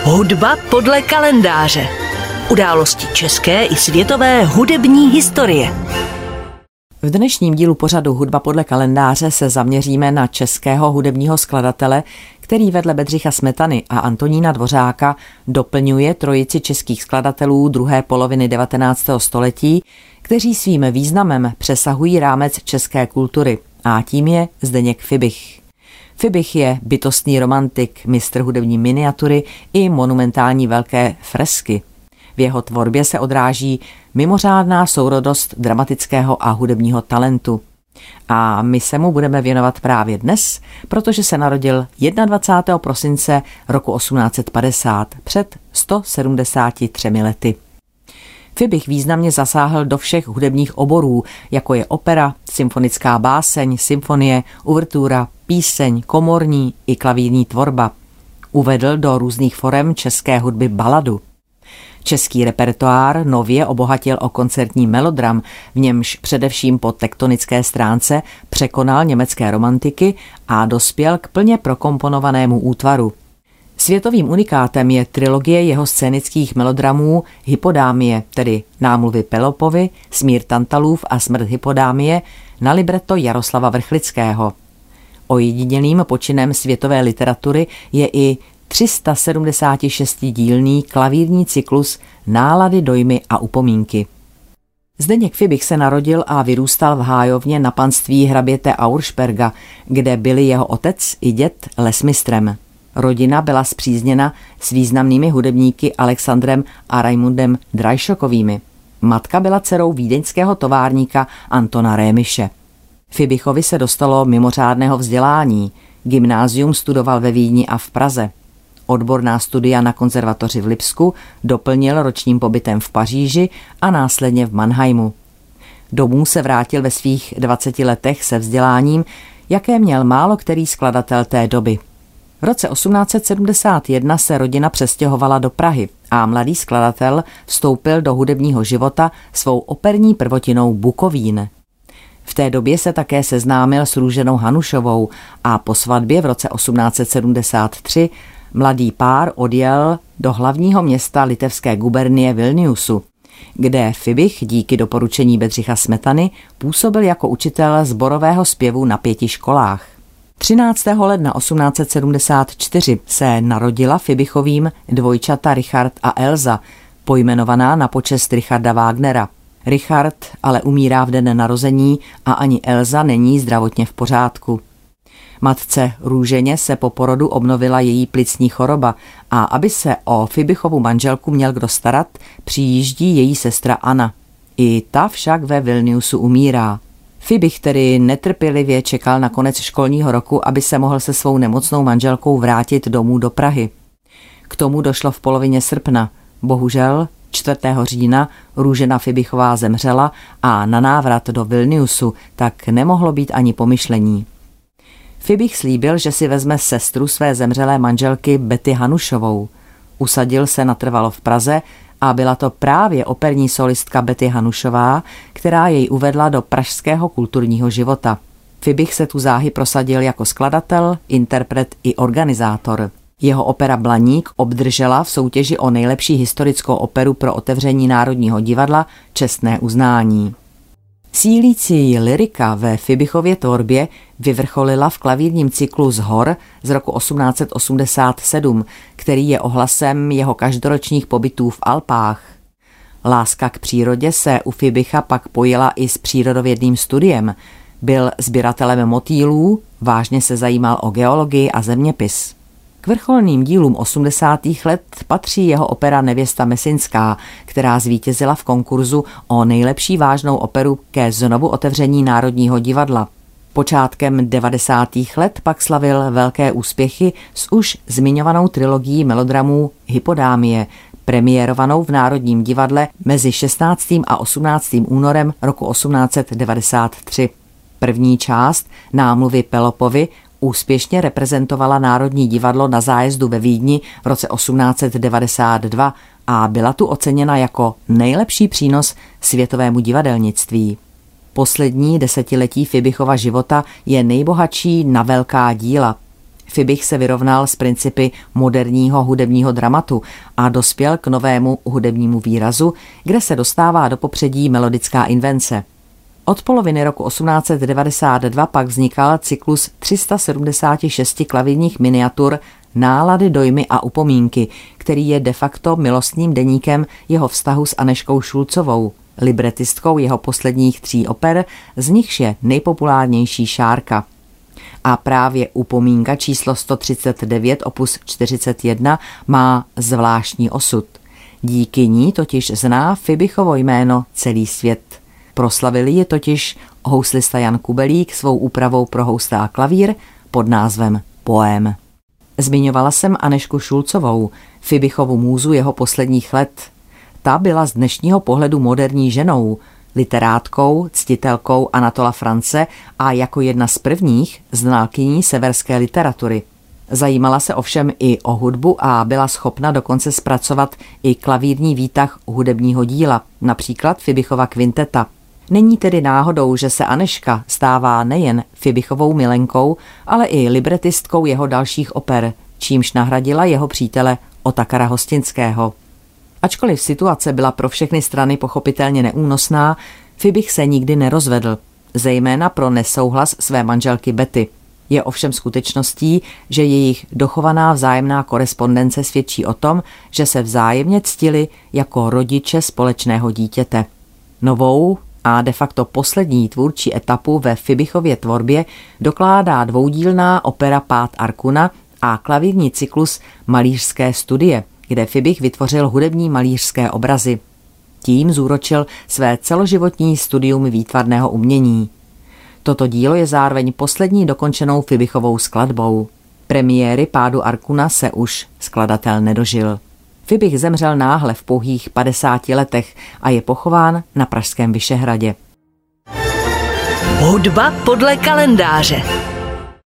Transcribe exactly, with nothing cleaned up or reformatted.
Hudba podle kalendáře. Události české i světové hudební historie. V dnešním dílu pořadu Hudba podle kalendáře se zaměříme na českého hudebního skladatele, který vedle Bedřicha Smetany a Antonína Dvořáka doplňuje trojici českých skladatelů druhé poloviny devatenáctého století, kteří svým významem přesahují rámec české kultury, a tím je Zdeněk Fibich. Fibich je bytostný romantik, mistr hudební miniatury i monumentální velké fresky. V jeho tvorbě se odráží mimořádná sourodost dramatického a hudebního talentu. A my se mu budeme věnovat právě dnes, protože se narodil dvacátého prvního prosince roku osmnáct set padesát, před sto sedmdesáti třemi lety. Fibich významně zasáhl do všech hudebních oborů, jako je opera, symfonická báseň, symfonie, uvertura, píseň, komorní i klavírní tvorba. Uvedl do různých forem české hudby baladu. Český repertoár nově obohatil o koncertní melodram, v němž především po tektonické stránce překonal německé romantiky a dospěl k plně prokomponovanému útvaru. Světovým unikátem je trilogie jeho scénických melodramů Hypodámie, tedy Námluvy Pelopovy, Smír Tantalův a Smrt Hypodámie na libreto Jaroslava Vrchlického. Ojedinělým počinem světové literatury je i tři sta sedmdesát šest dílný klavírní cyklus Nálady, dojmy a upomínky. Zdeněk Fibich se narodil a vyrůstal v Hájovně na panství hraběte Auersperga, kde byli jeho otec i děd lesmistrem. Rodina byla spřízněna s významnými hudebníky Alexandrem a Raimundem Drajšokovými. Matka byla dcerou vídeňského továrníka Antona Rémiše. Fibichovi se dostalo mimořádného vzdělání. Gymnázium studoval ve Vídni a v Praze. Odborná studia na konzervatoři v Lipsku doplnil ročním pobytem v Paříži a následně v Mannheimu. Domů se vrátil ve svých dvaceti letech se vzděláním, jaké měl málo který skladatel té doby. V roce osmnáct set sedmdesát jedna se rodina přestěhovala do Prahy a mladý skladatel vstoupil do hudebního života svou operní prvotinou Bukovín. V té době se také seznámil s Růženou Hanušovou a po svatbě v roce osmnáct set sedmdesát tři mladý pár odjel do hlavního města litevské gubernie Vilniusu, kde Fibich díky doporučení Bedřicha Smetany působil jako učitel sborového zpěvu na pěti školách. třináctého ledna osmnáct set sedmdesát čtyři se narodila Fibichovým dvojčata Richard a Elza, pojmenovaná na počest Richarda Wagnera. Richard ale umírá v den narození a ani Elza není zdravotně v pořádku. Matce Růženě se po porodu obnovila její plicní choroba a aby se o Fibichovu manželku měl kdo starat, přijíždí její sestra Anna. I ta však ve Vilniusu umírá. Fibich tedy netrpělivě čekal na konec školního roku, aby se mohl se svou nemocnou manželkou vrátit domů do Prahy. K tomu došlo v polovině srpna. Bohužel čtvrtého října Růžena Fibichová zemřela a na návrat do Vilniusu tak nemohlo být ani pomyšlení. Fibich slíbil, že si vezme sestru své zemřelé manželky Betty Hanušovou. Usadil se natrvalo v Praze a byla to právě operní solistka Betty Hanušová, která jej uvedla do pražského kulturního života. Fibich se tu záhy prosadil jako skladatel, interpret i organizátor. Jeho opera Blaník obdržela v soutěži o nejlepší historickou operu pro otevření Národního divadla čestné uznání. Sílící lyrika ve Fibichově tvorbě vyvrcholila v klavírním cyklu Z hor z roku osmnáct set osmdesát sedm, který je ohlasem jeho každoročních pobytů v Alpách. Láska k přírodě se u Fibicha pak pojila i s přírodovědným studiem. Byl sběratelem motýlů, vážně se zajímal o geologii a zeměpis. K vrcholným dílům osmdesátých let patří jeho opera Nevěsta Mesinská, která zvítězila v konkurzu o nejlepší vážnou operu ke znovu otevření Národního divadla. Počátkem devadesátých let pak slavil velké úspěchy s už zmiňovanou trilogií melodramů Hypodámie, premiérovanou v Národním divadle mezi šestnáctým a osmnáctým únorem roku osmnáct set devadesát tři. První část Námluvy Pelopovy úspěšně reprezentovala Národní divadlo na zájezdu ve Vídni v roce osmnáct set devadesát dva a byla tu oceněna jako nejlepší přínos světovému divadelnictví. Poslední desetiletí Fibichova života je nejbohatší na velká díla. Fibich se vyrovnal s principy moderního hudebního dramatu a dospěl k novému hudebnímu výrazu, kde se dostává do popředí melodická invence. Od poloviny roku osmnáct set devadesát dva pak vznikal cyklus tři sta sedmdesát šest klavírních miniatur Nálady, dojmy a upomínky, který je de facto milostným deníkem jeho vztahu s Anežkou Šulcovou, libretistkou jeho posledních tří oper, z nichž je nejpopulárnější Šárka. A právě upomínka číslo sto třicet devět opus čtyřicet jedna má zvláštní osud. Díky ní totiž zná Fibichovo jméno celý svět. Proslavili ji totiž houslista Jan Kubelík svou úpravou pro housle a klavír pod názvem Poém. Zmiňovala jsem Anežku Šulcovou, Fibichovu můzu jeho posledních let. Ta byla z dnešního pohledu moderní ženou, literátkou, ctitelkou Anatola France a jako jedna z prvních znalkyní severské literatury. Zajímala se ovšem i o hudbu a byla schopna dokonce zpracovat i klavírní výtah hudebního díla, například Fibichova kvinteta. Není tedy náhodou, že se Anežka stává nejen Fibichovou milenkou, ale i libretistkou jeho dalších oper, čímž nahradila jeho přítele Otakara Hostinského. Ačkoliv situace byla pro všechny strany pochopitelně neúnosná, Fibich se nikdy nerozvedl, zejména pro nesouhlas své manželky Betty. Je ovšem skutečností, že jejich dochovaná vzájemná korespondence svědčí o tom, že se vzájemně ctili jako rodiče společného dítěte. Novou a de facto poslední tvůrčí etapu ve Fibichově tvorbě dokládá dvoudílná opera Pád Arkuna a klavírní cyklus Malířské studie, kde Fibich vytvořil hudební malířské obrazy. Tím zúročil své celoživotní studium výtvarného umění. Toto dílo je zároveň poslední dokončenou Fibichovou skladbou. Premiéry Pádu Arkuna se už skladatel nedožil. Fibich zemřel náhle v pouhých padesáti letech a je pochován na pražském Vyšehradě. Hudba podle kalendáře.